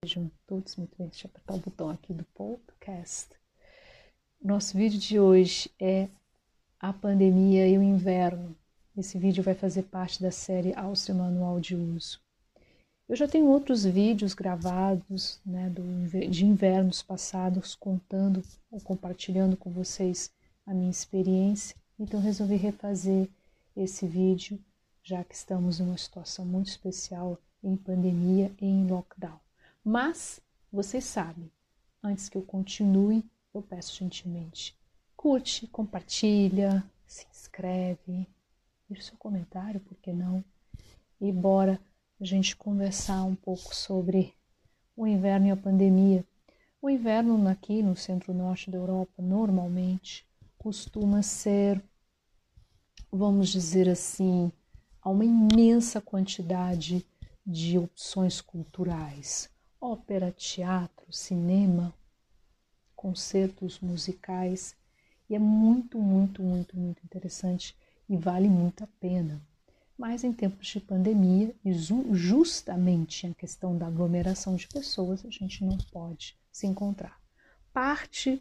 Sejam todos muito bem. Deixa eu apertar o botão aqui do podcast. Nosso vídeo de hoje é a pandemia e o inverno. Esse vídeo vai fazer parte da série Áustria Manual de Uso. Eu já tenho outros vídeos gravados, né, de invernos passados, contando ou compartilhando com vocês a minha experiência. Então resolvi refazer esse vídeo, já que estamos numa situação muito especial em pandemia e em lockdown. Mas, vocês sabem, antes que eu continue, eu peço gentilmente, curte, compartilha, se inscreve, deixa seu comentário, por que não? E bora a gente conversar um pouco sobre o inverno e a pandemia. O inverno aqui no centro-norte da Europa, normalmente, costuma ser, vamos dizer assim, há uma imensa quantidade de opções culturais. Ópera, teatro, cinema, concertos musicais, e é muito interessante e vale muito a pena. Mas em tempos de pandemia, e justamente a questão da aglomeração de pessoas, a gente não pode se encontrar. Parte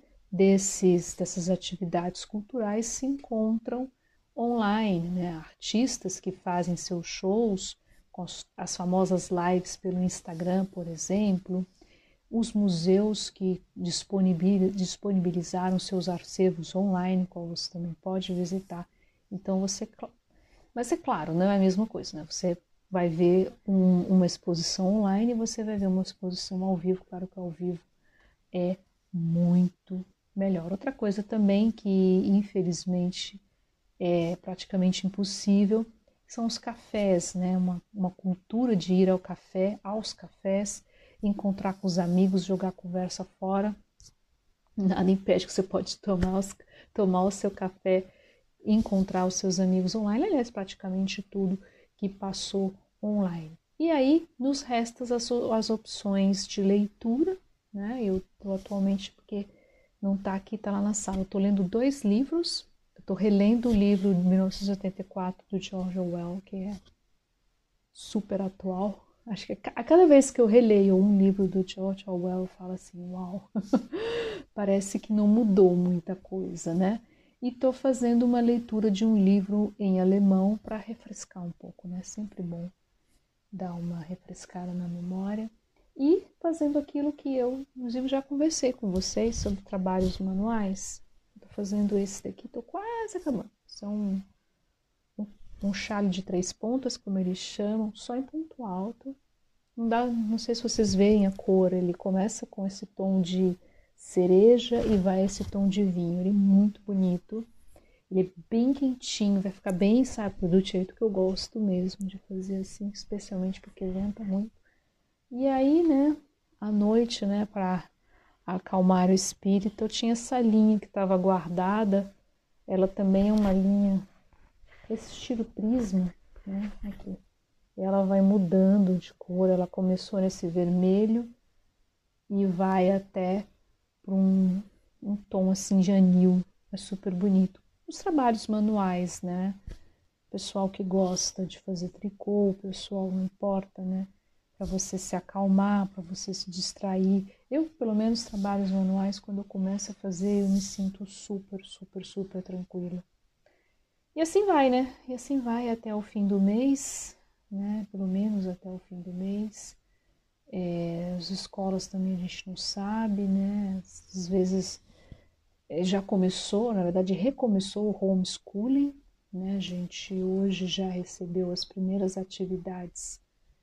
dessas atividades culturais se encontram online, né? Artistas que fazem seus shows, com as famosas lives pelo Instagram, por exemplo, os museus que disponibilizaram seus acervos online, qual você também pode visitar. Então mas é claro, não é a mesma coisa, né? Você vai ver uma exposição online e você vai ver uma exposição ao vivo. Claro que ao vivo é muito melhor. Outra coisa também que infelizmente é praticamente impossível são os cafés, né? Uma cultura de ir aos cafés, encontrar com os amigos, jogar a conversa fora. Nada impede que você pode tomar o seu café e encontrar os seus amigos online. Aliás, praticamente tudo que passou online. E aí nos restam as opções de leitura, né? Eu estou atualmente, porque não está aqui, está lá na sala, eu estou lendo 2 livros. Estou relendo o livro de 1984 do George Orwell, que é super atual. Acho que a cada vez que eu releio um livro do George Orwell, eu falo assim, uau, parece que não mudou muita coisa, né? E estou fazendo uma leitura de um livro em alemão para refrescar um pouco, né? Sempre bom dar uma refrescada na memória. E fazendo aquilo que eu, inclusive, já conversei com vocês sobre trabalhos manuais. Estou fazendo esse daqui, estou quase acabando. São um chale de 3 pontas, como eles chamam, só em ponto alto. Não sei se vocês veem a cor, ele começa com esse tom de cereja e vai esse tom de vinho. Ele é muito bonito, ele é bem quentinho, vai ficar bem, sabe, do jeito que eu gosto mesmo de fazer assim, especialmente porque venta muito. E aí, né, à noite, né, para acalmar o espírito, eu tinha essa linha que estava guardada, ela também é uma linha, esse estilo prisma, né, aqui. Ela vai mudando de cor, ela começou nesse vermelho e vai até para um tom assim de anil, é super bonito. Os trabalhos manuais, né, pessoal que gosta de fazer tricô, o pessoal não importa, né, para você se acalmar, para você se distrair. Eu, pelo menos, trabalhos manuais, quando eu começo a fazer, eu me sinto super tranquila. E assim vai, né? E assim vai até o fim do mês, né? Pelo menos até o fim do mês. As escolas também a gente não sabe, né? Às vezes já começou, na verdade recomeçou o homeschooling, né? A gente hoje já recebeu as primeiras atividades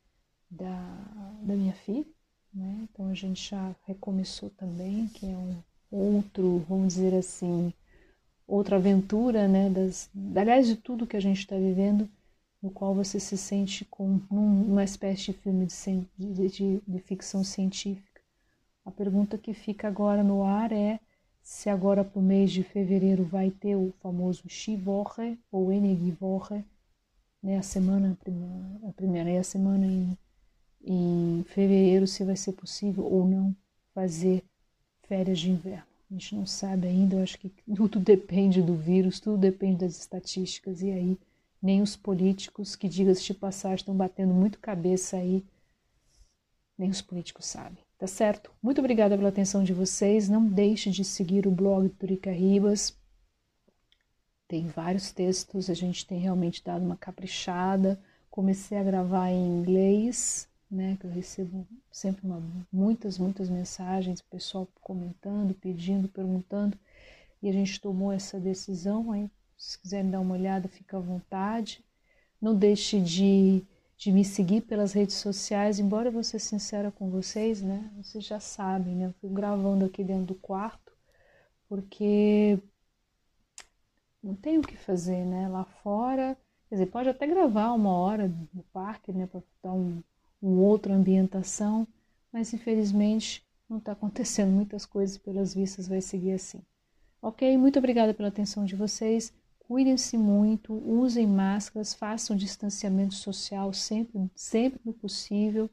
da minha filha, né? Então a gente já recomeçou também, que é um outro, vamos dizer assim, outra aventura, né? Aliás, de tudo que a gente está vivendo, no qual você se sente com uma espécie de filme de ficção científica. A pergunta que fica agora no ar é se agora para o mês de fevereiro vai ter o famoso Skiwoche ou Energiewoche, né? A primeira e a semana em fevereiro, se vai ser possível ou não fazer férias de inverno. A gente não sabe ainda, eu acho que tudo depende do vírus, tudo depende das estatísticas, e aí nem os políticos, que diga-se de passagem, estão batendo muito cabeça aí, nem os políticos sabem. Tá certo? Muito obrigada pela atenção de vocês. Não deixe de seguir o blog do Turica Ribas. Tem vários textos, a gente tem realmente dado uma caprichada. Comecei a gravar em inglês, né? Que eu recebo sempre muitas mensagens, pessoal comentando, pedindo, perguntando. E a gente tomou essa decisão. Aí, se quiserem dar uma olhada, fica à vontade. Não deixe de me seguir pelas redes sociais, embora eu vou ser sincera com vocês, né? Vocês já sabem, né? Eu fico gravando aqui dentro do quarto, porque não tem o que fazer, né? Lá fora, quer dizer, pode até gravar 1 hora no parque, né? Para dar outra ambientação, mas infelizmente não está acontecendo muitas coisas, pelas vistas vai seguir assim. Ok? Muito obrigada pela atenção de vocês. Cuidem-se muito, usem máscaras, façam distanciamento social sempre no possível.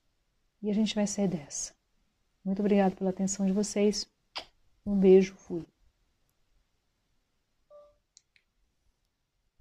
E a gente vai sair dessa. Muito obrigada pela atenção de vocês. Um beijo, fui.